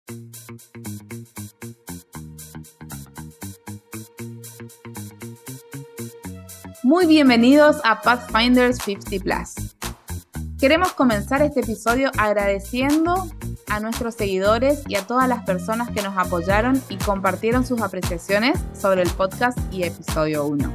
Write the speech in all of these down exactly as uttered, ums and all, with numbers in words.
Muy bienvenidos a Pathfinders cincuenta plus. Queremos comenzar este episodio agradeciendo a nuestros seguidores y a todas las personas que nos apoyaron y compartieron sus apreciaciones sobre el podcast y episodio uno.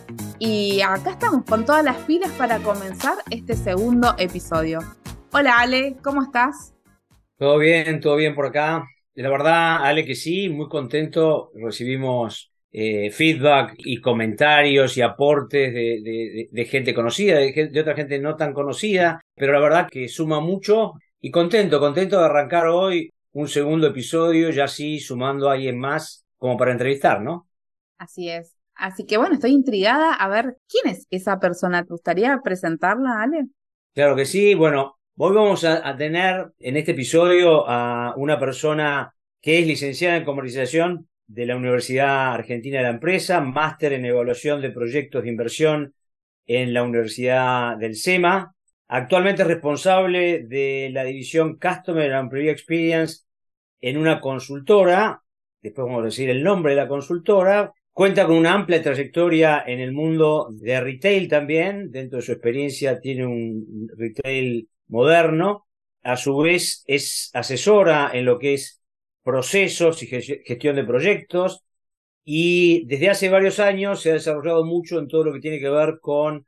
Y acá estamos con todas las pilas para comenzar este segundo episodio. Hola Ale, ¿cómo estás? Todo bien, todo bien por acá. La verdad, Ale, que sí, muy contento. Recibimos eh, feedback y comentarios y aportes de, de, de gente conocida, de, de otra gente no tan conocida, pero la verdad que suma mucho y contento, contento de arrancar hoy un segundo episodio, ya sí sumando a alguien más como para entrevistar, ¿no? Así es. Así que bueno, estoy intrigada a ver quién es esa persona. ¿Te gustaría presentarla, Ale? Claro que sí. Bueno, hoy vamos a, a tener en este episodio a una persona que es licenciada en comercialización de la Universidad Argentina de la Empresa, máster en evaluación de proyectos de inversión en la Universidad del SEMA. Actualmente es responsable de la división Customer and Employee Experience en una consultora. Después vamos a decir el nombre de la consultora. Cuenta con una amplia trayectoria en el mundo de retail también. Dentro de su experiencia tiene un retail moderno. A su vez es asesora en lo que es procesos y gestión de proyectos. Y desde hace varios años se ha desarrollado mucho en todo lo que tiene que ver con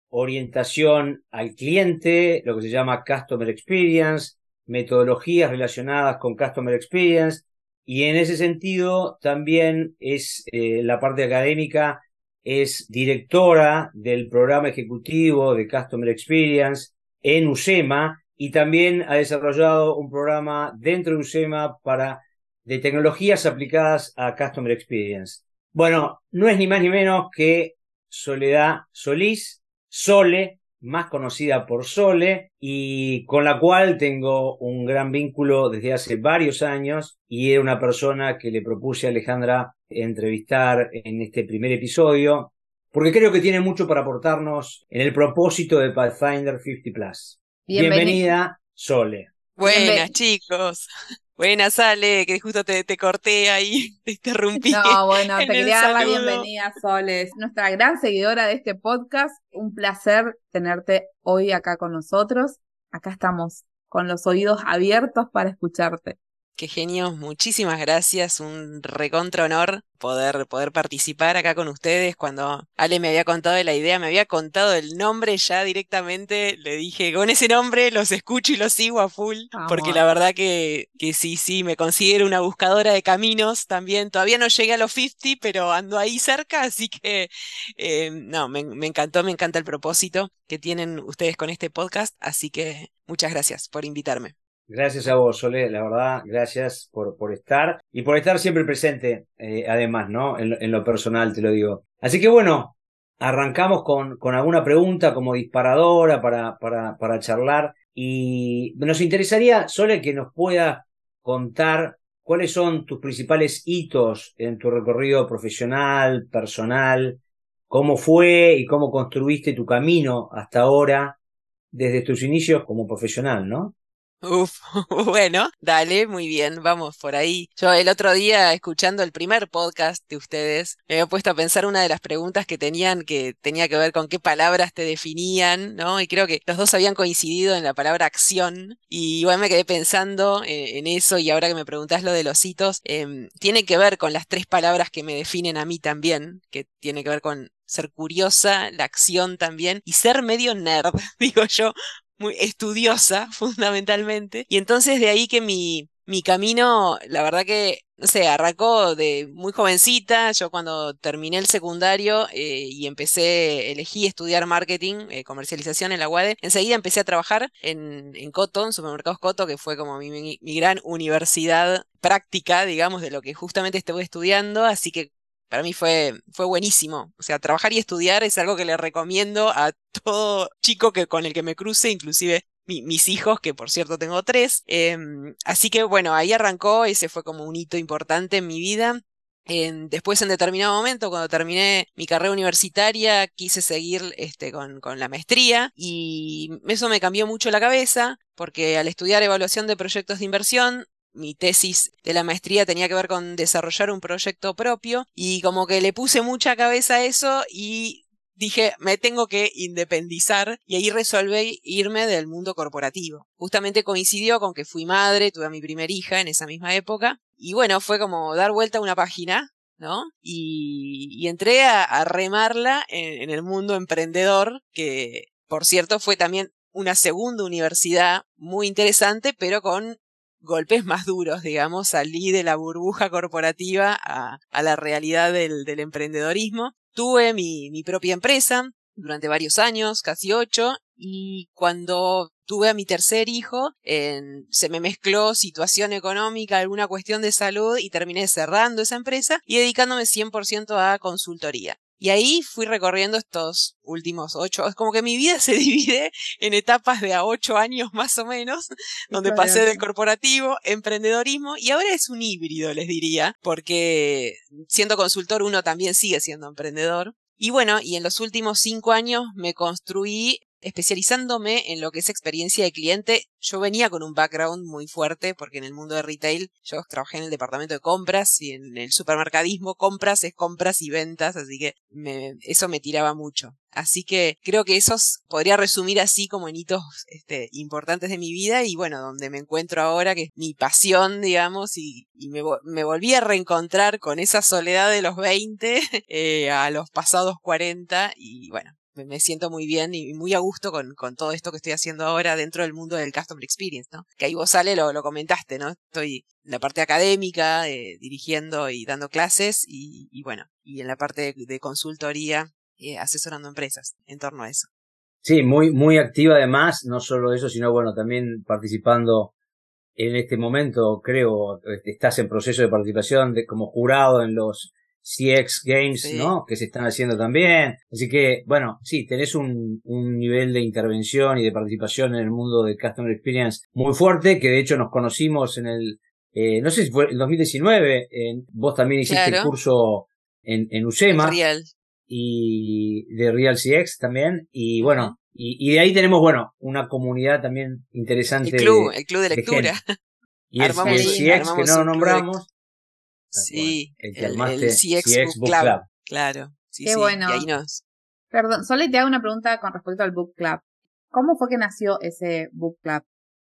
orientación al cliente, lo que se llama Customer Experience, metodologías relacionadas con Customer Experience. Y en ese sentido también es eh, la parte académica, es directora del programa ejecutivo de Customer Experience en UCEMA y también ha desarrollado un programa dentro de UCEMA para, de tecnologías aplicadas a Customer Experience. Bueno, no es ni más ni menos que Soledad Solís, Sole, más conocida por Sole, y con la cual tengo un gran vínculo desde hace varios años, y era una persona que le propuse a Alejandra entrevistar en este primer episodio, porque creo que tiene mucho para aportarnos en el propósito de Pathfinder cincuenta plus. Bienveni- Bienvenida, Sole. Buenas, Bienven- chicos. Buenas, Ale, que justo te, te corté ahí, te interrumpí No, bueno, en te el quería dar la saludo. bienvenida, Soles, nuestra gran seguidora de este podcast. Un placer tenerte hoy acá con nosotros. Acá estamos con los oídos abiertos para escucharte. Qué genio, muchísimas gracias, un recontra honor poder, poder participar acá con ustedes. Cuando Ale me había contado de la idea, me había contado el nombre ya directamente, le dije, con ese nombre los escucho y los sigo a full, porque Vamos. la verdad que, que sí, sí, me considero una buscadora de caminos también. Todavía no llegué a los cincuenta, pero ando ahí cerca, así que eh, no, me, me encantó, me encanta el propósito que tienen ustedes con este podcast, así que muchas gracias por invitarme. Gracias a vos, Sole, la verdad, gracias por, por estar y por estar siempre presente, eh, además, ¿no? En, en lo personal, te lo digo. Así que bueno, arrancamos con, con alguna pregunta como disparadora para, para, para charlar y nos interesaría, Sole, que nos puedas contar cuáles son tus principales hitos en tu recorrido profesional, personal, cómo fue y cómo construiste tu camino hasta ahora desde tus inicios como profesional, ¿no? Uf, bueno, dale, muy bien, vamos por ahí. Yo el otro día, escuchando el primer podcast de ustedes, me había puesto a pensar una de las preguntas que tenían, que tenía que ver con qué palabras te definían, ¿no? Y creo que los dos habían coincidido en la palabra acción, y igual me quedé pensando en, en eso, y ahora que me preguntás lo de los hitos, em, tiene que ver con las tres palabras que me definen a mí también, que tiene que ver con ser curiosa, la acción también, y ser medio nerd, digo yo, muy estudiosa fundamentalmente. Y entonces de ahí que mi, mi camino, la verdad que, no sé, arrancó de muy jovencita. Yo cuando terminé el secundario eh, y empecé, elegí estudiar marketing, eh, comercialización en la U A D E, enseguida empecé a trabajar en, en Coto, en Supermercados Coto, que fue como mi, mi, mi gran universidad práctica, digamos, de lo que justamente estuve estudiando. Así que para mí fue, fue buenísimo. O sea, trabajar y estudiar es algo que le recomiendo a todo chico que, con el que me cruce, inclusive mi- mis hijos, que por cierto tengo tres. Em, así que bueno, ahí arrancó, ese fue como un hito importante en mi vida. En- después, en determinado momento, cuando terminé mi carrera universitaria, quise seguir este, con, con la maestría y eso me cambió mucho la cabeza, porque al estudiar evaluación de proyectos de inversión, mi tesis de la maestría tenía que ver con desarrollar un proyecto propio y como que le puse mucha cabeza a eso y dije, me tengo que independizar y ahí resolví irme del mundo corporativo. Justamente coincidió con que fui madre, tuve a mi primer hija en esa misma época y bueno, fue como dar vuelta a una página, ¿no? Y, y entré a, a remarla en, en el mundo emprendedor, que por cierto fue también una segunda universidad muy interesante, pero con golpes más duros, digamos. Salí de la burbuja corporativa a, a la realidad del, del emprendedorismo. Tuve mi, mi propia empresa durante varios años, casi ocho, y cuando tuve a mi tercer hijo, en, se me mezcló situación económica, alguna cuestión de salud, y terminé cerrando esa empresa y dedicándome cien por ciento a consultoría. Y ahí fui recorriendo estos últimos ocho, es como que mi vida se divide en etapas de a ocho años más o menos, donde pasé del corporativo, emprendedorismo, y ahora es un híbrido, les diría, porque siendo consultor uno también sigue siendo emprendedor. Y bueno, y en los últimos cinco años me construí especializándome en lo que es experiencia de cliente. Yo venía con un background muy fuerte porque en el mundo de retail yo trabajé en el departamento de compras y en el supermercadismo compras es compras y ventas, así que me, eso me tiraba mucho. Así que creo que esos podría resumir así como en hitos este, importantes de mi vida y bueno, donde me encuentro ahora, que es mi pasión, digamos, y, y me, me volví a reencontrar con esa soledad de los veinte eh, a los pasados cuarenta y bueno, me siento muy bien y muy a gusto con, con todo esto que estoy haciendo ahora dentro del mundo del Customer Experience, ¿no? Que ahí vos, Ale, lo, lo comentaste, ¿no? Estoy en la parte académica, eh, dirigiendo y dando clases y, y bueno, y en la parte de, de consultoría, eh, asesorando empresas en torno a eso. Sí, muy, muy activa además, no solo eso, sino bueno, también participando en este momento, creo, estás en proceso de participación de, como jurado en los C X Games, sí, ¿no? Que se están haciendo también. Así que, bueno, sí, tenés un, un nivel de intervención y de participación en el mundo de Customer Experience muy fuerte, que de hecho nos conocimos en el, eh, no sé si fue el dos mil diecinueve, eh, vos también hiciste claro. el curso en, en U S E M A. El Real. Y de Real C X también. Y uh-huh. bueno, y, y de ahí tenemos, bueno, una comunidad también interesante. El club, de, el club de lectura. De y el, el C X que no lo nombramos. Sí, el, que el, armaste, el C X, C X Book, Book Club. Club. Claro. Sí, Qué sí. bueno. Y ahí nos... Perdón, solo te hago una pregunta con respecto al Book Club. ¿Cómo fue que nació ese Book Club?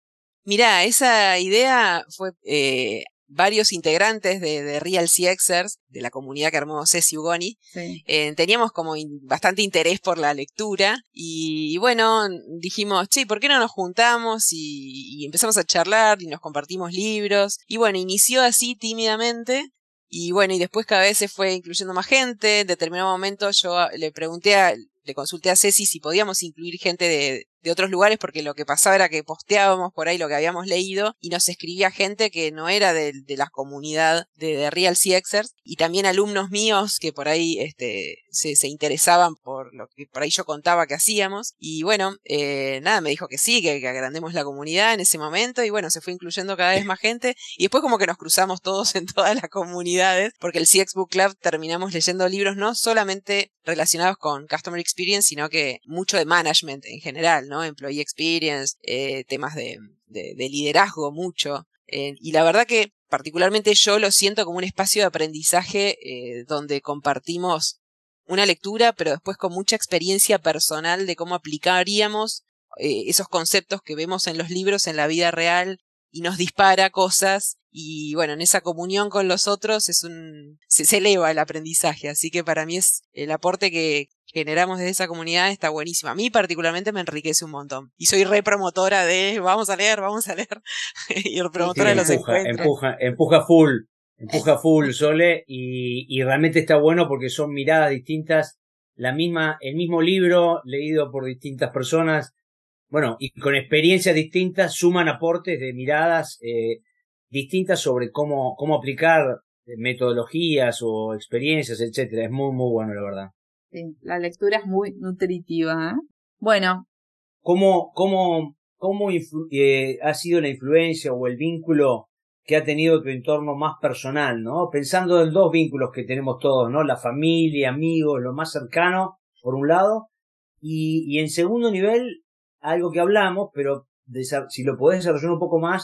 Mirá, esa idea fue... Eh, varios integrantes de, de Real C Xers, de la comunidad que armó Ceci Ugoni, sí. eh, teníamos como in, bastante interés por la lectura y, y bueno, dijimos, che, ¿por qué no nos juntamos? Y, y empezamos a charlar y nos compartimos libros y bueno, inició así tímidamente y bueno, y después cada vez se fue incluyendo más gente. En determinado momento yo le pregunté a, le consulté a Ceci si podíamos incluir gente de, de otros lugares, porque lo que pasaba era que posteábamos por ahí lo que habíamos leído y nos escribía gente que no era de, de la comunidad de, de Real C Xers y también alumnos míos que por ahí este, se, se interesaban por lo que por ahí yo contaba que hacíamos y bueno, eh, nada, me dijo que sí, que, que agrandemos la comunidad en ese momento y bueno, se fue incluyendo cada vez más gente y después como que nos cruzamos todos en todas las comunidades, porque el C X Book Club terminamos leyendo libros no solamente relacionados con Customer Experience, sino que mucho de management en general, ¿no? Employee Experience, eh, temas de, de, de liderazgo mucho. Eh, y la verdad que particularmente yo lo siento como un espacio de aprendizaje eh, donde compartimos una lectura, pero después con mucha experiencia personal de cómo aplicaríamos eh, esos conceptos que vemos en los libros en la vida real y nos dispara cosas y bueno, en esa comunión con los otros es un se, se eleva el aprendizaje, así que para mí es el aporte que generamos desde esa comunidad está buenísimo. A mí particularmente me enriquece un montón y soy re promotora de vamos a leer, vamos a leer y promotora sí, de los empuja, encuentros. Empuja, empuja full, empuja full Sole y, y realmente está bueno porque son miradas distintas, la misma, el mismo libro leído por distintas personas. Bueno, y con experiencias distintas suman aportes de miradas eh, distintas sobre cómo, cómo aplicar metodologías o experiencias, etcétera. Es muy, muy bueno, la verdad. Sí, la lectura es muy nutritiva, ¿eh? Bueno. ¿Cómo, cómo, cómo influ- eh, ha sido la influencia o el vínculo que ha tenido tu entorno más personal, ¿no? Pensando en dos vínculos que tenemos todos, ¿no? La familia, amigos, lo más cercano, por un lado, y, y en segundo nivel, algo que hablamos, pero si lo podés desarrollar un poco más,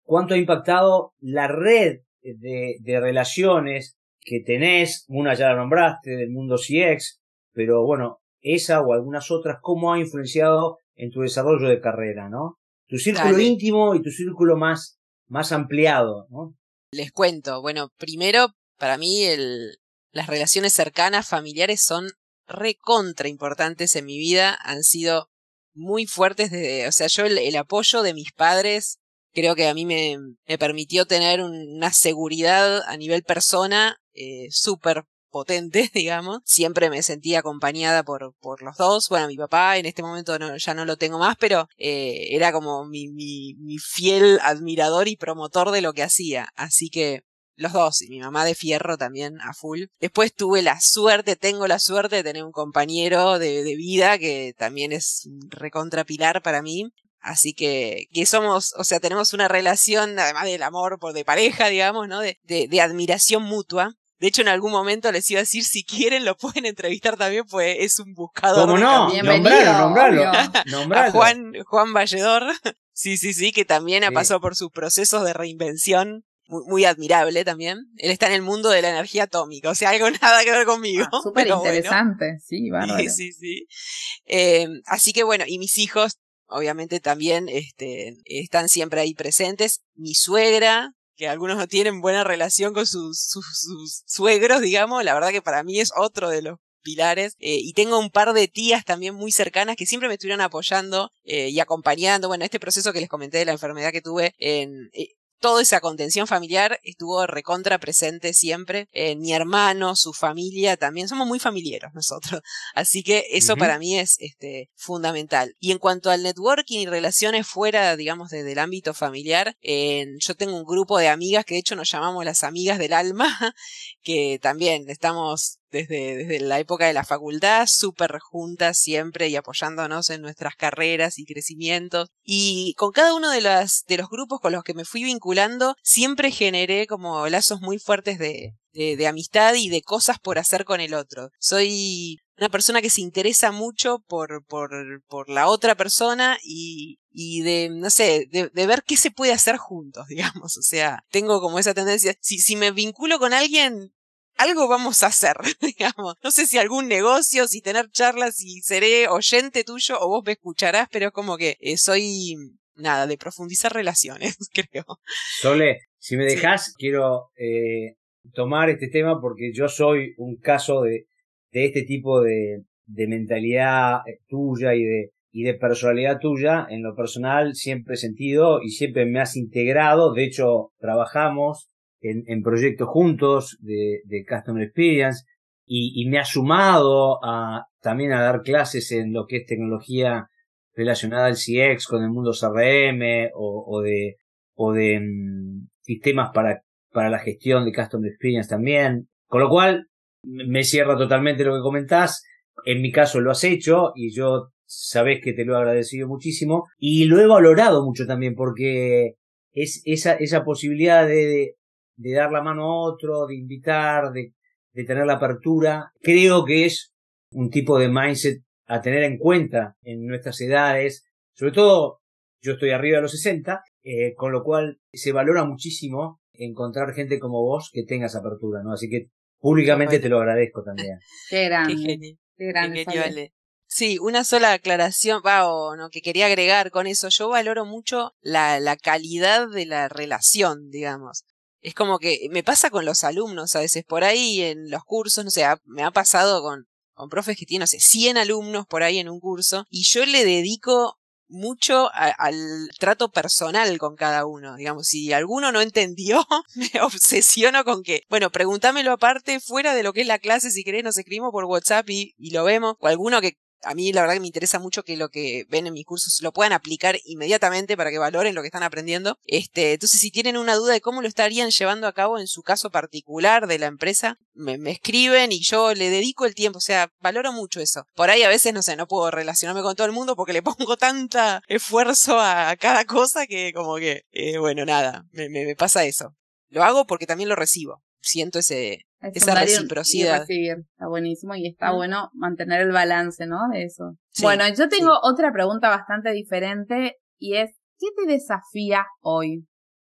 cuánto ha impactado la red de, de relaciones que tenés, una ya la nombraste, del mundo C X, pero bueno, esa o algunas otras, cómo ha influenciado en tu desarrollo de carrera, ¿no? Tu círculo Dale. íntimo y tu círculo más, más ampliado, ¿no? Les cuento, bueno, primero, para mí el, las relaciones cercanas, familiares, son recontra importantes en mi vida, han sido muy fuertes desde, o sea, yo el, el apoyo de mis padres creo que a mí me, me permitió tener un, una seguridad a nivel persona eh, súper potente, digamos. Siempre me sentí acompañada por, por los dos. Bueno, mi papá en este momento no, ya no lo tengo más, pero eh, era como mi, mi, mi fiel admirador y promotor de lo que hacía. Así que los dos, y mi mamá de fierro también a full. Después tuve la suerte, tengo la suerte de tener un compañero de, de vida que también es un recontrapilar para mí. Así que, que somos, o sea, tenemos una relación, además del amor por de pareja, digamos, ¿no? De, de, de admiración mutua. De hecho, en algún momento les iba a decir, si quieren lo pueden entrevistar también, pues es un buscador ¿Cómo de no? caminos. Bienvenido, Nombralo, nombralo. obvio. nombralo. A Juan, Juan Valledor, sí, sí, sí, que también ha Sí. pasado por sus procesos de reinvención, muy, muy admirable también. Él está en el mundo de la energía atómica, o sea, algo nada que ver conmigo. Ah, súper pero bueno. interesante, sí, bárbaro. Sí, sí, sí. Eh, así que bueno, y mis hijos, obviamente también este, están siempre ahí presentes. Mi suegra, que algunos no tienen buena relación con sus, sus, sus suegros, digamos, la verdad que para mí es otro de los pilares. Eh, y tengo un par de tías también muy cercanas que siempre me estuvieron apoyando eh, y acompañando. Bueno, este proceso que les comenté de la enfermedad que tuve en... Eh, toda esa contención familiar estuvo recontra presente siempre. Eh, mi hermano, su familia también. Somos muy familiares nosotros. Así que eso Uh-huh. para mí es este, fundamental. Y en cuanto al networking y relaciones fuera, digamos, de, del ámbito familiar, eh, yo tengo un grupo de amigas que de hecho nos llamamos las amigas del alma, que también estamos desde, desde la época de la facultad, súper juntas siempre y apoyándonos en nuestras carreras y crecimientos. Y con cada uno de, las, de los grupos con los que me fui vinculando, siempre generé como lazos muy fuertes de, de, de amistad y de cosas por hacer con el otro. Soy una persona que se interesa mucho por, por, por la otra persona y, y de, no sé, de, de ver qué se puede hacer juntos, digamos. O sea, tengo como esa tendencia, si, si me vinculo con alguien, algo vamos a hacer, digamos. No sé si algún negocio, si tener charlas, si seré oyente tuyo o vos me escucharás, pero es como que eh, soy, nada, de profundizar relaciones, creo. Sole, si me dejás, sí. quiero eh, tomar este tema porque yo soy un caso de, de este tipo de, de mentalidad tuya y de, y de personalidad tuya. En lo personal siempre he sentido y siempre me has integrado. De hecho, trabajamos En, en proyectos juntos de, de Customer Experience y, y me ha sumado a, también a dar clases en lo que es tecnología relacionada al C X con el mundo C R M o, o de, o de um, sistemas para, para la gestión de Customer Experience también. Con lo cual, me cierra totalmente lo que comentás. En mi caso lo has hecho y yo sabés que te lo he agradecido muchísimo y lo he valorado mucho también porque es esa, esa posibilidad de, de de dar la mano a otro, de invitar, de, de tener la apertura. Creo que es un tipo de mindset a tener en cuenta en nuestras edades. Sobre todo, yo estoy arriba de los sesenta, eh, con lo cual se valora muchísimo encontrar gente como vos que tenga esa apertura, ¿no? Así que públicamente bueno. Te lo agradezco también. Qué grande. Qué genial. Qué grande. Qué genial, vale. Sí, una sola aclaración, va, o no, que quería agregar con eso. Yo valoro mucho la, la calidad de la relación, digamos. Es como que me pasa con los alumnos a veces por ahí en los cursos, no sé, me ha pasado con, con profes que tienen, no sé, cien alumnos por ahí en un curso y yo le dedico mucho a, al trato personal con cada uno. Digamos, si alguno no entendió, me obsesiono con que, bueno, pregúntamelo aparte, fuera de lo que es la clase, si querés nos escribimos por WhatsApp y, y lo vemos, o alguno que a mí la verdad que me interesa mucho que lo que ven en mis cursos lo puedan aplicar inmediatamente para que valoren lo que están aprendiendo. Este, entonces, si tienen una duda de cómo lo estarían llevando a cabo en su caso particular de la empresa, me, me escriben y yo le dedico el tiempo. O sea, valoro mucho eso. Por ahí a veces, no sé, no puedo relacionarme con todo el mundo porque le pongo tanta esfuerzo a, a cada cosa que como que, eh, bueno, nada, me, me, me pasa eso. Lo hago porque también lo recibo. Siento ese... Es esa reciprocidad. Y recibir. Está buenísimo y está ¿Mm? bueno mantener el balance, ¿no? De eso. Sí, bueno, yo tengo sí. otra pregunta bastante diferente y es, ¿qué te desafía hoy?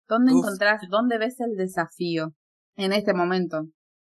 ¿Dónde Uf. encontrás, dónde ves el desafío en este momento?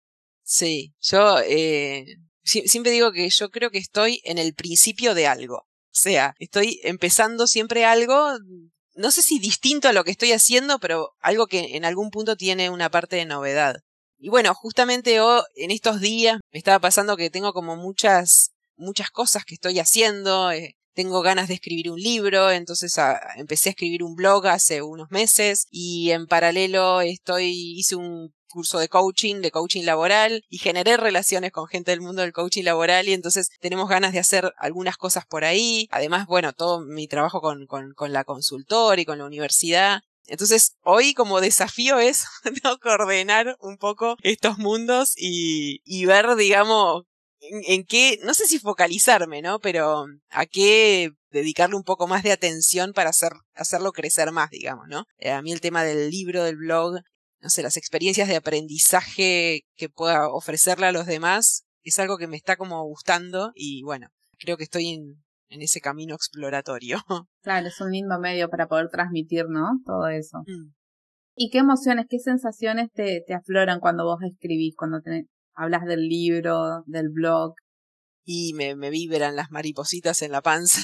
Sí, yo eh, si- siempre digo que yo creo que estoy en el principio de algo. O sea, estoy empezando siempre algo, no sé si distinto a lo que estoy haciendo, pero algo que en algún punto tiene una parte de novedad. Y bueno, justamente oh, en estos días me estaba pasando que tengo como muchas, muchas cosas que estoy haciendo. eh, Tengo ganas de escribir un libro, entonces a- empecé a escribir un blog hace unos meses y en paralelo estoy, hice un curso de coaching, de coaching laboral y generé relaciones con gente del mundo del coaching laboral y entonces tenemos ganas de hacer algunas cosas por ahí. Además, bueno, todo mi trabajo con, con, con la consultora y con la universidad. Entonces, hoy como desafío es tengo que ordenar un poco estos mundos y, y ver, digamos, en, en qué, no sé si focalizarme, ¿no? Pero a qué dedicarle un poco más de atención para hacer, hacerlo crecer más, digamos, ¿no? Eh, a mí el tema del libro, del blog, no sé, las experiencias de aprendizaje que pueda ofrecerle a los demás es algo que me está como gustando y bueno, creo que estoy en, en ese camino exploratorio. Claro, es un lindo medio para poder transmitir, ¿no? Todo eso. Mm. ¿Y qué emociones, qué sensaciones te, te afloran cuando vos escribís, cuando te, hablas del libro, del blog? Y me, me vibran las maripositas en la panza.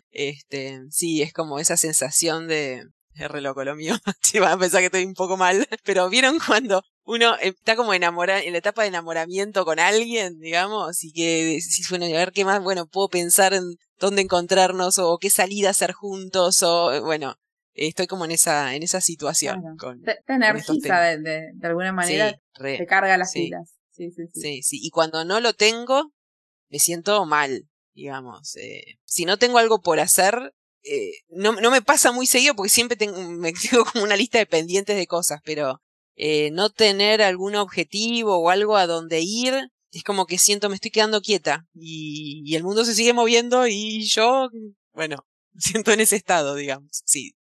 Este, sí, es como esa sensación de, es re loco lo mío. Sí, van a pensar que estoy un poco mal. Pero ¿vieron cuando uno está como enamorado, en la etapa de enamoramiento con alguien, digamos? Y que decís, bueno, a ver qué más, bueno, puedo pensar en dónde encontrarnos o qué salida hacer juntos o, bueno, estoy como en esa, en esa situación Claro. con, Te, te con estos energiza temas. de, de, de alguna manera, Sí, re, te carga las sí, pilas. Sí, sí, sí. sí, sí. Y cuando no lo tengo, me siento mal, digamos. Eh, si no tengo algo por hacer, eh, no, no me pasa muy seguido porque siempre tengo, me tengo como una lista de pendientes de cosas, pero eh, no tener algún objetivo o algo a donde ir, es como que siento me estoy quedando quieta y, y el mundo se sigue moviendo y yo, bueno, siento en ese estado, digamos. Sí,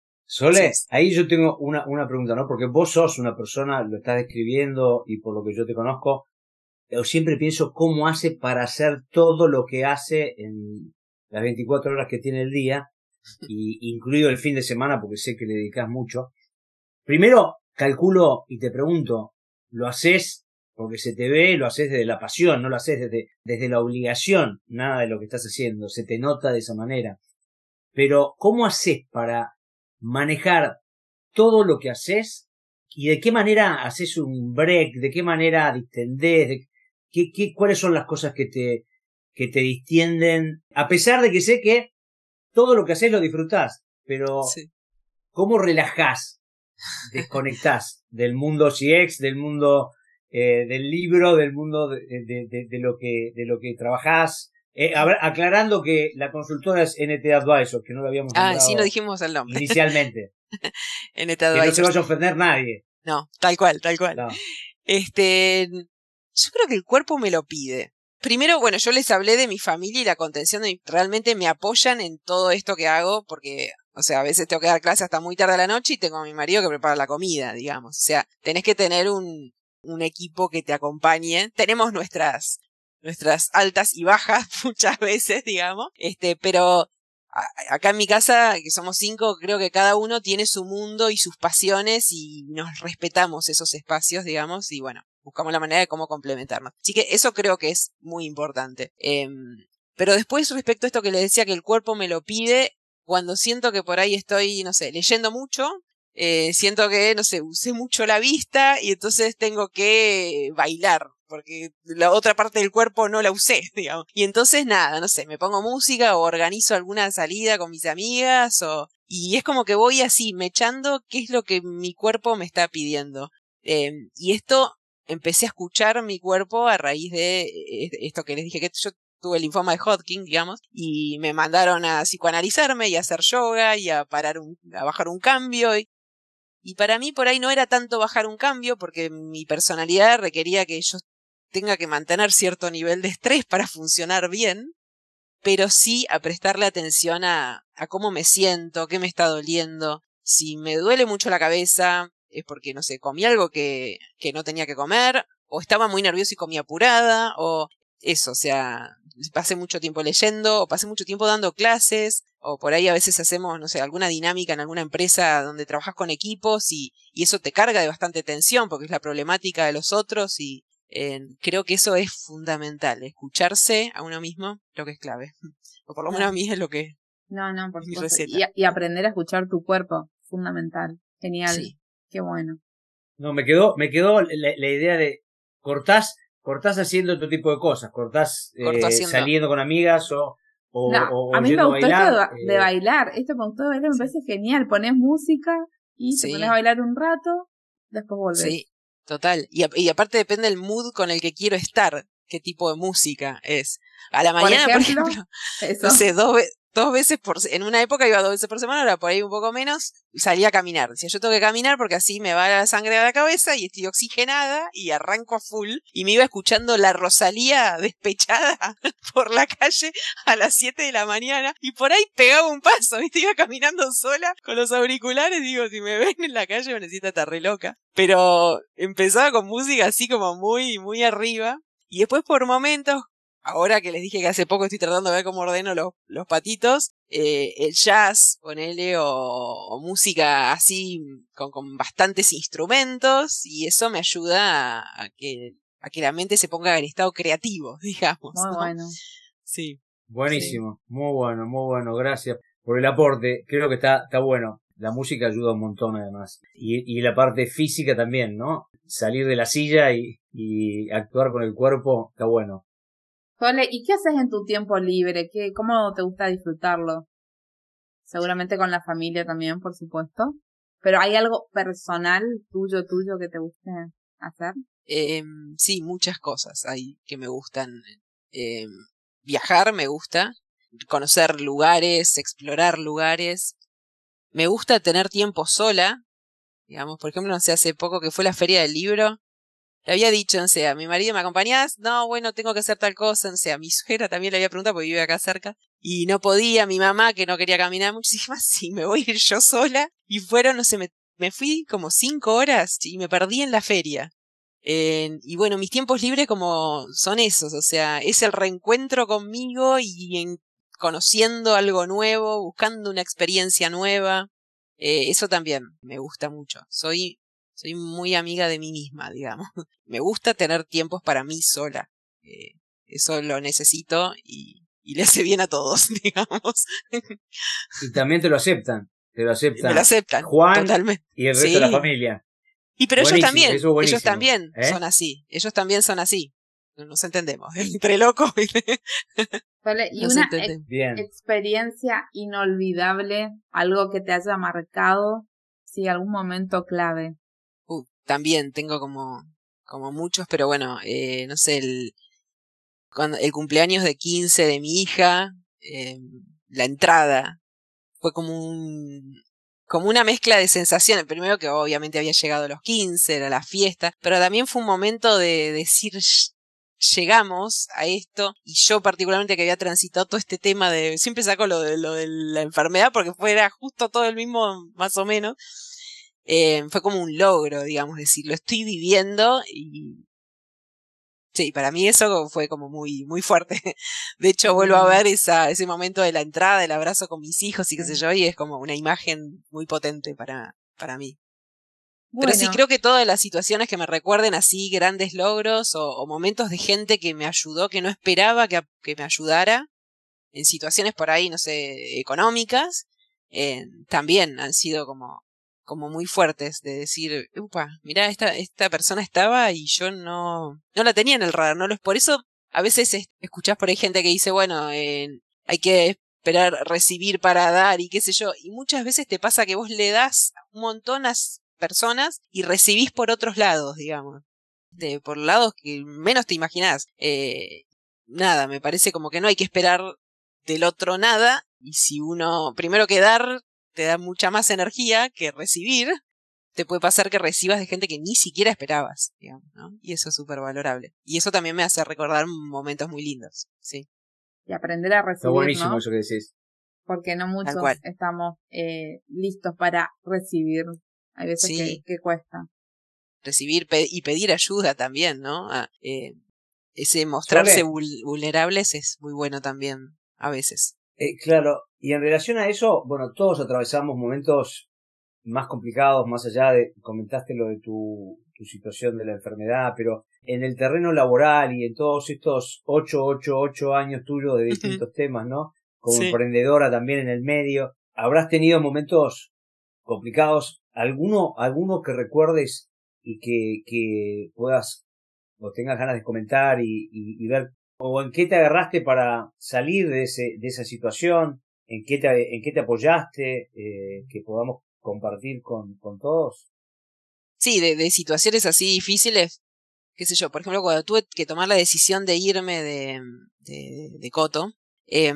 sí, Sole, ahí yo tengo una, una pregunta, ¿no? Porque vos sos una persona, lo estás describiendo y por lo que yo te conozco, yo siempre pienso cómo hace para hacer todo lo que hace en las veinticuatro horas que tiene el día, y incluido el fin de semana, porque sé que le dedicas mucho. Primero, calculo y te pregunto, ¿lo haces porque se te ve, lo haces desde la pasión, no lo haces desde, desde la obligación? Nada de lo que estás haciendo, se te nota de esa manera. Pero, ¿cómo haces para manejar todo lo que haces? ¿Y de qué manera haces un break? ¿De qué manera distendés? ¿De qué, qué, ¿Cuáles son las cosas que te, que te distienden? A pesar de que sé que todo lo que haces lo disfrutás, pero sí. ¿cómo relajás? Desconectás del mundo C X, del mundo eh, del libro, del mundo de, de, de, de lo que de lo que trabajás. Eh, a ver, aclarando que la consultora es N T Advisor, que no lo habíamos Ah, sí, no nombrado dijimos el nombre. inicialmente. N T Que no se Advisors. vaya a ofender nadie. No, tal cual, tal cual. No. Este, yo creo que el cuerpo me lo pide. Primero, bueno, yo les hablé de mi familia y la contención de mi, realmente me apoyan en todo esto que hago porque, o sea, a veces tengo que dar clase hasta muy tarde a la noche y tengo a mi marido que prepara la comida, digamos. O sea, tenés que tener un, un equipo que te acompañe. Tenemos nuestras, nuestras altas y bajas muchas veces, digamos. Este, pero a- acá en mi casa, que somos cinco, creo que cada uno tiene su mundo y sus pasiones y nos respetamos esos espacios, digamos, y bueno, buscamos la manera de cómo complementarnos. Así que eso creo que es muy importante. Eh, pero después, respecto a esto que le decía que el cuerpo me lo pide, cuando siento que por ahí estoy, no sé, leyendo mucho, eh, siento que, no sé, usé mucho la vista y entonces tengo que bailar, porque la otra parte del cuerpo no la usé, digamos. Y entonces nada, no sé, me pongo música o organizo alguna salida con mis amigas o... Y es como que voy así, mechando qué es lo que mi cuerpo me está pidiendo. Eh, y esto, empecé a escuchar mi cuerpo a raíz de eh, esto que les dije, que yo tuve el linfoma de Hodgkin, digamos, y me mandaron a psicoanalizarme y a hacer yoga y a parar un, a bajar un cambio y, y para mí por ahí no era tanto bajar un cambio porque mi personalidad requería que yo tenga que mantener cierto nivel de estrés para funcionar bien, pero sí a prestarle atención a, a cómo me siento, qué me está doliendo. Si me duele mucho la cabeza es porque, no sé, comí algo que, que no tenía que comer, o estaba muy nervioso y comí apurada, o eso, o sea, pasé mucho tiempo leyendo, o pasé mucho tiempo dando clases, o por ahí a veces hacemos, no sé, alguna dinámica en alguna empresa donde trabajas con equipos y, y eso te carga de bastante tensión porque es la problemática de los otros y eh, creo que eso es fundamental, escucharse a uno mismo, creo que es clave, o por lo menos a mí es lo que No, no, por es mi supuesto. receta. Y, y aprender a escuchar tu cuerpo, fundamental. Genial. Sí. Qué bueno. No, me quedó, me quedó la, la idea de cortás, cortás haciendo otro tipo de cosas, cortás Corto eh, haciendo. saliendo con amigas o, o, No, o, a o mí me yendo a gustó esto de, bailar. ba- de eh, bailar. Esto me gustó de bailar, me Sí. parece genial. Pones música y te pones a Sí, bailar un rato, después volvés. sí, total. Y, a- y aparte depende del mood con el que quiero estar, qué tipo de música es. A la Por mañana, por ejemplo, ejemplo, eso. no sé, dos, ve- dos veces por... se- En una época iba dos veces por semana, ahora por ahí un poco menos, y salía a caminar. Decía, yo tengo que caminar porque así me va la sangre a la cabeza y estoy oxigenada y arranco a full. Y me iba escuchando la Rosalía despechada por la calle a las siete de la mañana y por ahí pegaba un paso, ¿viste? Iba caminando sola con los auriculares, digo, si me ven en la calle me necesita estar re loca. Pero empezaba con música así como muy, muy arriba y después por momentos, ahora que les dije que hace poco estoy tratando de ver cómo ordeno los, los patitos, eh, el jazz, ponele, o, o música así con, con bastantes instrumentos y eso me ayuda a, a que a que la mente se ponga en estado creativo, digamos, Muy ¿no? bueno. Sí, sí. Buenísimo, muy bueno, muy bueno, gracias por el aporte, creo que está, está bueno. La música ayuda un montón además. Y, y la parte física también, ¿no? Salir de la silla y, y actuar con el cuerpo, está bueno. Sole, ¿y qué haces en tu tiempo libre? ¿Qué, cómo te gusta disfrutarlo? Seguramente con la familia también, por supuesto. Pero ¿hay algo personal tuyo, tuyo que te guste hacer? Eh, sí, muchas cosas hay que me gustan. Eh, viajar me gusta, conocer lugares, explorar lugares. Me gusta tener tiempo sola. Digamos, por ejemplo, no sé, hace poco que fue la feria del libro. Le había dicho, no sé, a mi marido, ¿me acompañás? No, bueno, tengo que hacer tal cosa, no sé, a mi suegra también le había preguntado porque vive acá cerca. Y no podía, mi mamá que no quería caminar mucho, y dije, más sí, me voy a ir yo sola. Y fueron, no sé, me, me fui como cinco horas y me perdí en la feria. Eh, y bueno, mis tiempos libres como son esos, o sea, es el reencuentro conmigo y en, conociendo algo nuevo, buscando una experiencia nueva. Eh, eso también me gusta mucho. Soy, soy muy amiga de mí misma, digamos. Me gusta tener tiempos para mí sola. Eh, eso lo necesito y, y le hace bien a todos, digamos. Y también te lo aceptan, te lo Me lo acepta aceptan, Juan totalmente. y el resto de la Sí. familia. Y pero ellos Buenísimo, también, eso es ellos buenísimo. también ¿Eh? son así, ellos también son así. Nos entendemos, entre locos, ¿viste? Sole, ¿y Nos una ex- entendemos. Bien. experiencia inolvidable, algo que te haya marcado, sí, algún momento clave? Uh, también tengo como, como muchos, pero bueno, eh, no sé, el, cuando, el cumpleaños de quince de mi hija, eh, la entrada, fue como un, como una mezcla de sensaciones. Primero que obviamente había llegado a los quince, era la fiesta, pero también fue un momento de decir, "Sh- llegamos a esto", y yo particularmente que había transitado todo este tema de, siempre saco lo de, lo de la enfermedad porque fuera justo todo el mismo, más o menos, eh, fue como un logro, digamos, decir, lo estoy viviendo y sí, para mí eso fue como muy, muy fuerte. De hecho, vuelvo a Lindo. ver esa, ese momento de la entrada, el abrazo con mis hijos y qué sé Sí. yo, y es como una imagen muy potente para, para mí. Pero sí, Bueno, creo que todas las situaciones que me recuerden así, grandes logros o, o momentos de gente que me ayudó, que no esperaba que, que me ayudara, en situaciones por ahí, no sé, económicas, eh, también han sido como, como muy fuertes de decir, upa, mirá, esta, esta persona estaba y yo no, no la tenía en el radar, ¿no? Es por eso a veces es- escuchás por ahí gente que dice, bueno, eh, hay que esperar recibir para dar y qué sé yo, y muchas veces te pasa que vos le das un montón a s- personas y recibís por otros lados, digamos, de, por lados que menos te imaginás. Eh, nada, me parece como que no hay que esperar del otro nada, y si uno, primero que dar, te da mucha más energía que recibir, te puede pasar que recibas de gente que ni siquiera esperabas, digamos, ¿no? Y eso es súper valorable. Y eso también me hace recordar momentos muy lindos, sí, y aprender a Está recibir, buenísimo ¿no? eso que decís. Porque no tal muchos cual. estamos eh, listos para recibir. Hay veces que, Sí, que cuesta. recibir pe- y pedir ayuda también, ¿no? Ah, eh, ese mostrarse Sole, vul- vulnerables es muy bueno también a veces. eh, claro, y en relación a eso, bueno, todos atravesamos momentos más complicados, más allá de, comentaste lo de tu, tu situación de la enfermedad, pero en el terreno laboral y en todos estos ocho, ocho, ocho años tuyos de distintos temas, ¿no? Como Sí. emprendedora también en el medio, habrás tenido momentos complicados, alguno, alguno que recuerdes y que, que puedas o tengas ganas de comentar y, y, y ver, o en qué te agarraste para salir de ese, de esa situación, en qué te, en qué te apoyaste, eh, que podamos compartir con, con todos. Sí, de, de situaciones así difíciles, qué sé yo, por ejemplo, cuando tuve que tomar la decisión de irme de, de, de Coto, em,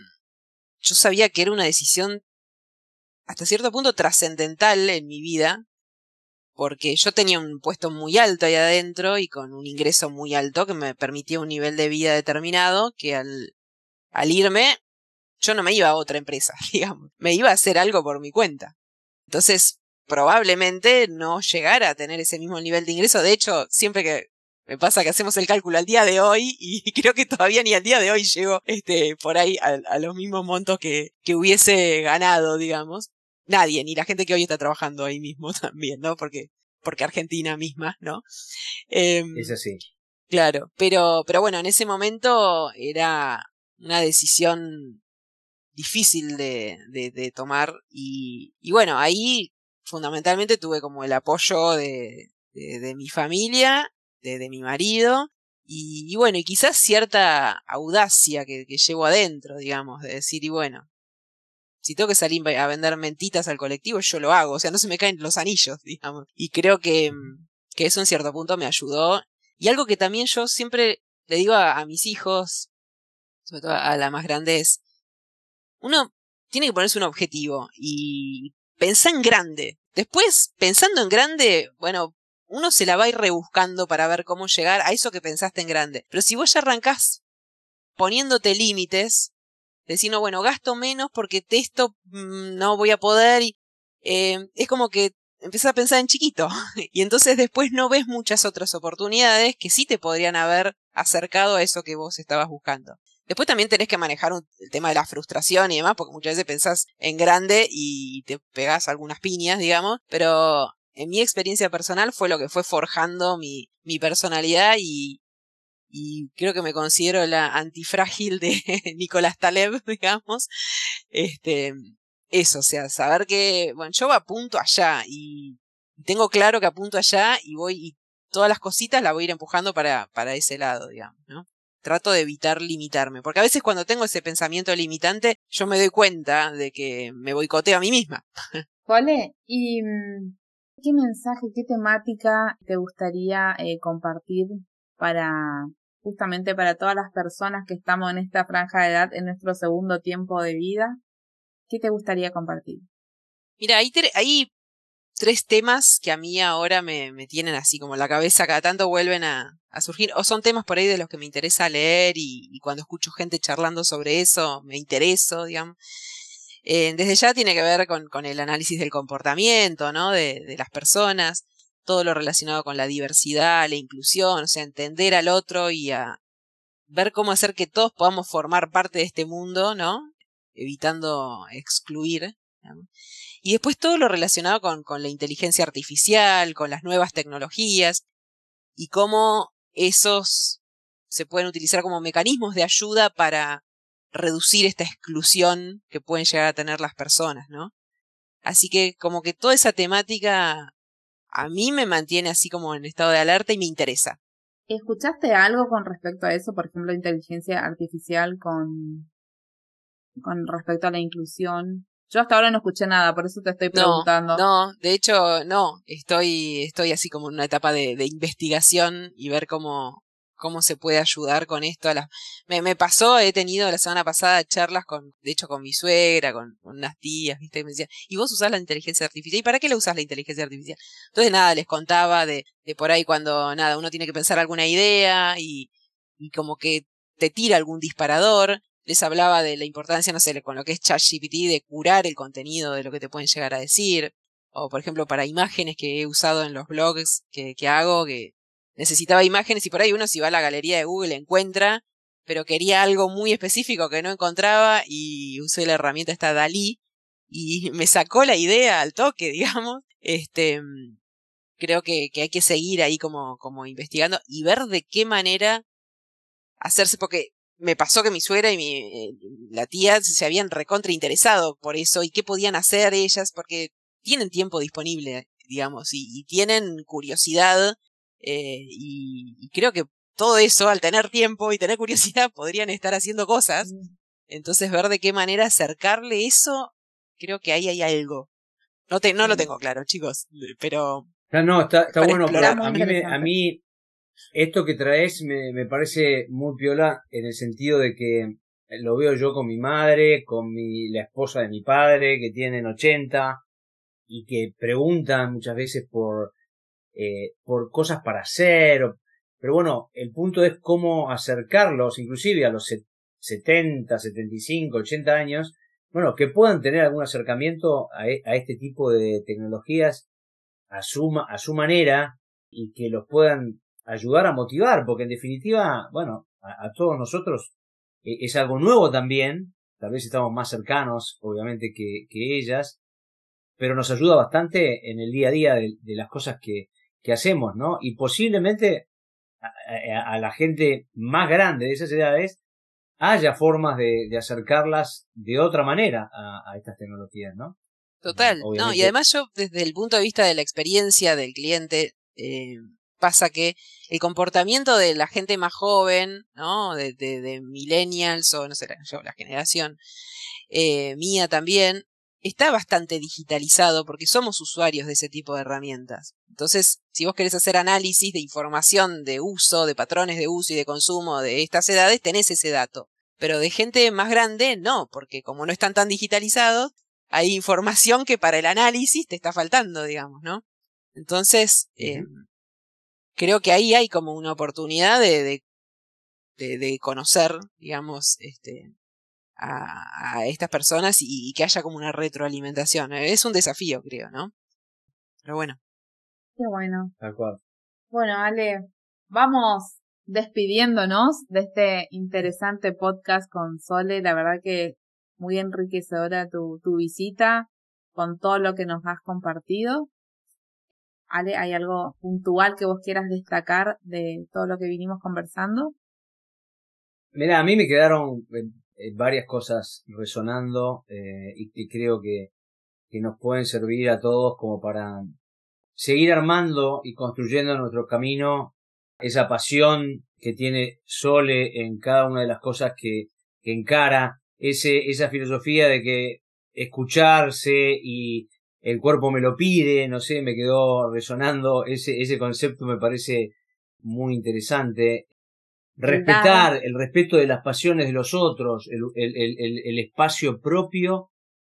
yo sabía que era una decisión hasta cierto punto trascendental en mi vida, porque yo tenía un puesto muy alto ahí adentro y con un ingreso muy alto que me permitía un nivel de vida determinado que al, al irme yo no me iba a otra empresa, digamos, me iba a hacer algo por mi cuenta. Entonces, probablemente no llegara a tener ese mismo nivel de ingreso. De hecho, siempre que me pasa que hacemos el cálculo al día de hoy, y creo que todavía ni al día de hoy llego este, por ahí a, a los mismos montos que, que hubiese ganado, digamos. Nadie, ni la gente que hoy está trabajando ahí mismo también, ¿no? Porque, porque Argentina misma, ¿no? Eh, Es así. claro, pero, pero bueno, en ese momento era una decisión difícil de, de, de tomar y, y bueno, ahí fundamentalmente tuve como el apoyo de, de, de mi familia, de, de mi marido y, y bueno, y quizás cierta audacia que, que llevo adentro, digamos, de decir, y bueno, si tengo que salir a vender mentitas al colectivo, yo lo hago, o sea, no se me caen los anillos, digamos. Y creo que, que eso en cierto punto me ayudó. Y algo que también yo siempre le digo a, a mis hijos, sobre todo a la más grande, es, uno tiene que ponerse un objetivo y pensar en grande. Después, pensando en grande, bueno, uno se la va a ir rebuscando para ver cómo llegar a eso que pensaste en grande. Pero si vos ya arrancás poniéndote límites, decir, no, bueno, gasto menos porque de esto mmm, no voy a poder, y eh, es como que empezás a pensar en chiquito. Y entonces después no ves muchas otras oportunidades que sí te podrían haber acercado a eso que vos estabas buscando. Después también tenés que manejar un, el tema de la frustración y demás, porque muchas veces pensás en grande y te pegás algunas piñas, digamos, pero en mi experiencia personal fue lo que fue forjando mi, mi personalidad y, y creo que me considero la antifrágil de Nicolás Taleb, digamos. Este, eso, o sea, saber que, bueno, yo apunto allá y tengo claro que apunto allá y voy, y todas las cositas las voy a ir empujando para, para ese lado, digamos, ¿no? Trato de evitar limitarme, porque a veces cuando tengo ese pensamiento limitante, yo me doy cuenta de que me boicoteo a mí misma. Jole, ¿y mm, qué mensaje, qué temática te gustaría eh, compartir para justamente para todas las personas que estamos en esta franja de edad, en nuestro segundo tiempo de vida? ¿Qué te gustaría compartir? Mira, hay, tre- hay tres temas que a mí ahora me, me tienen así como la cabeza, cada tanto vuelven a, a surgir, o son temas por ahí de los que me interesa leer y, y cuando escucho gente charlando sobre eso me intereso, digamos. Eh, desde ya tiene que ver con, con el análisis del comportamiento, ¿no? De, de las personas, todo lo relacionado con la diversidad, la inclusión, o sea, entender al otro y a ver cómo hacer que todos podamos formar parte de este mundo, ¿no? Evitando excluir, digamos. Y después todo lo relacionado con, con la inteligencia artificial, con las nuevas tecnologías y cómo esos se pueden utilizar como mecanismos de ayuda para reducir esta exclusión que pueden llegar a tener las personas, ¿no? Así que como que toda esa temática a mí me mantiene así como en estado de alerta y me interesa. ¿Escuchaste algo con respecto a eso? Por ejemplo, inteligencia artificial con, con respecto a la inclusión. Yo hasta ahora no escuché nada, por eso te estoy No, preguntando. no, de hecho no, estoy, estoy así como en una etapa de, de investigación y ver cómo, cómo se puede ayudar con esto. A las... me, me pasó, he tenido la semana pasada charlas con, de hecho con mi suegra, con, con unas tías, viste, que me decían, ¿y vos usás la inteligencia artificial? ¿Y para qué la usás la inteligencia artificial? Entonces nada, les contaba de, de por ahí cuando nada, uno tiene que pensar alguna idea y, y como que te tira algún disparador. Les hablaba de la importancia, no sé, con lo que es ChatGPT, de curar el contenido de lo que te pueden llegar a decir. O, por ejemplo, para imágenes que he usado en los blogs que, que hago, que necesitaba imágenes y por ahí uno si va a la galería de Google encuentra, pero quería algo muy específico que no encontraba y usé la herramienta esta DALL-E y me sacó la idea al toque, digamos. Este, creo que, que hay que seguir ahí como, como investigando y ver de qué manera hacerse, porque me pasó que mi suegra y mi, eh, la tía se habían recontra interesado por eso y qué podían hacer ellas, porque tienen tiempo disponible, digamos, y, y tienen curiosidad eh, y, y creo que todo eso, al tener tiempo y tener curiosidad, podrían estar haciendo cosas. Entonces, ver de qué manera acercarle eso, creo que ahí hay algo. No, te, no lo tengo claro, chicos, pero... No, no, está, está para bueno, pero explorar. a mí, me, a mí esto que traes me, me parece muy piola en el sentido de que lo veo yo con mi madre, con mi, la esposa de mi padre, que tienen ochenta y que preguntan muchas veces por, eh, por cosas para hacer. Pero bueno, el punto es cómo acercarlos, inclusive a los setenta, setenta y cinco, ochenta años, bueno, que puedan tener algún acercamiento a, a este tipo de tecnologías a su, a su manera y que los puedan ayudar a motivar, porque en definitiva, bueno, a, a todos nosotros eh, es algo nuevo también, tal vez estamos más cercanos, obviamente, que, que ellas, pero nos ayuda bastante en el día a día de, de las cosas que, que hacemos, ¿no? Y posiblemente a, a, a la gente más grande de esas edades haya formas de, de acercarlas de otra manera a, a estas tecnologías, ¿no? Total, Obviamente. no, y además yo desde el punto de vista de la experiencia del cliente, eh, pasa que el comportamiento de la gente más joven, ¿no? De, de, de millennials o no sé, yo, la generación eh, mía también, está bastante digitalizado porque somos usuarios de ese tipo de herramientas. Entonces, si vos querés hacer análisis de información de uso, de patrones de uso y de consumo de estas edades, tenés ese dato. Pero de gente más grande, no, porque como no están tan digitalizados, hay información que para el análisis te está faltando, digamos, ¿no? Entonces, uh-huh. eh, creo que ahí hay como una oportunidad de, de, de, de conocer, digamos, este, a, a estas personas y, y que haya como una retroalimentación. Es un desafío, creo, ¿no? Pero bueno. Qué bueno. De acuerdo. Bueno, Ale, vamos despidiéndonos de este interesante podcast con Sole. La verdad que muy enriquecedora tu, tu visita con todo lo que nos has compartido. Ale, ¿hay algo puntual que vos quieras destacar de todo lo que vinimos conversando? Mira, a mí me quedaron eh, varias cosas resonando eh, y que creo que, que nos pueden servir a todos como para seguir armando y construyendo nuestro camino, esa pasión que tiene Sole en cada una de las cosas que, que encara, ese, esa filosofía de que escucharse y el cuerpo me lo pide, no sé, me quedó resonando, ese, ese concepto me parece muy interesante. Respetar, el respeto de las pasiones de los otros, el, el, el, el espacio propio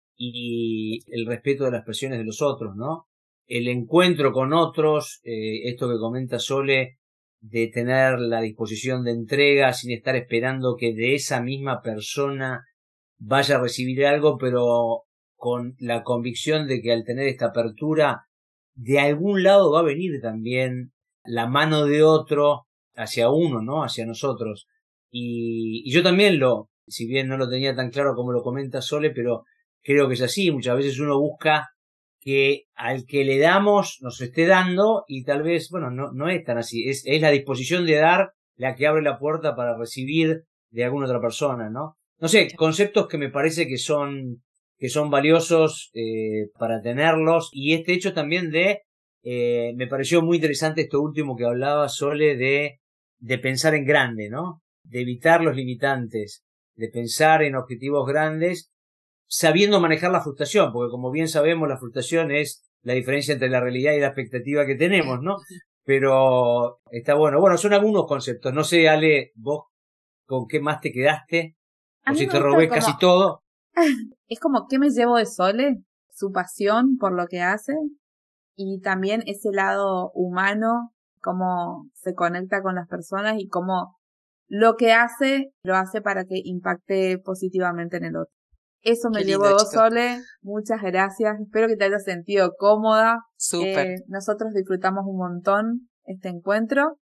y el respeto de las pasiones de los otros, ¿no? El encuentro con otros, eh, esto que comenta Sole, de tener la disposición de entrega sin estar esperando que de esa misma persona vaya a recibir algo, pero con la convicción de que al tener esta apertura, de algún lado va a venir también la mano de otro hacia uno, ¿no? Hacia nosotros. Y, y yo también lo, si bien no lo tenía tan claro como lo comenta Sole, pero creo que es así. Muchas veces uno busca que al que le damos nos esté dando y tal vez, bueno, no, no es tan así. Es, es la disposición de dar la que abre la puerta para recibir de alguna otra persona, ¿no? No sé, conceptos que me parece que son, que son valiosos eh, para tenerlos. Y este hecho también de, eh, me pareció muy interesante esto último que hablaba Sole de, de pensar en grande, ¿no? De evitar los limitantes, de pensar en objetivos grandes, sabiendo manejar la frustración, porque como bien sabemos la frustración es la diferencia entre la realidad y la expectativa que tenemos, ¿no? Pero está bueno. Bueno, son algunos conceptos. No sé, Ale, vos con qué más te quedaste, a o si te robé robé como... casi todo. Es como, ¿qué me llevo de Sole? Su pasión por lo que hace y también ese lado humano, cómo se conecta con las personas y cómo lo que hace, lo hace para que impacte positivamente en el otro. Eso me Qué llevo lindo, de vos, chicos. Sole. Muchas gracias. Espero que te hayas sentido cómoda. Súper. Eh, nosotros disfrutamos un montón este encuentro.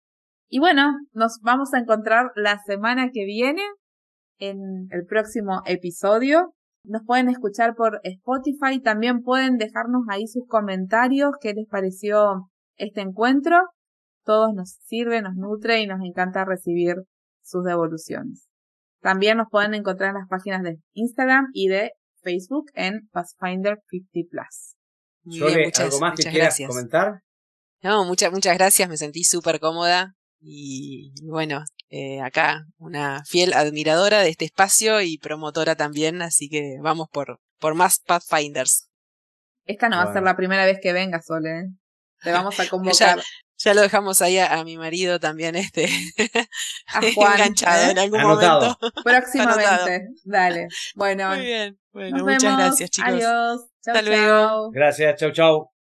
Y bueno, nos vamos a encontrar la semana que viene en el próximo episodio. Nos pueden escuchar por Spotify, también pueden dejarnos ahí sus comentarios, qué les pareció este encuentro. Todos nos sirve, nos nutre y nos encanta recibir sus devoluciones. También nos pueden encontrar en las páginas de Instagram y de Facebook en Pathfinder cincuenta plus. Muy Sole, bien, muchas, ¿algo más que muchas quieras gracias. comentar? No, muchas, muchas gracias, me sentí súper cómoda y bueno, eh, acá una fiel admiradora de este espacio y promotora también, así que vamos por, por más Pathfinders. Esta no va Bueno. a ser la primera vez que vengas, Sole, ¿eh? Te vamos a Ya, convocar. ya lo dejamos ahí a, a mi marido también este A Juan, enganchado ¿eh? en algún Anotado. momento. Próximamente. Anotado. Dale. Bueno, Muy bien, bueno, nos muchas vemos. gracias, chicos. Adiós. Chau, Hasta luego. chau. Gracias, chau, chau.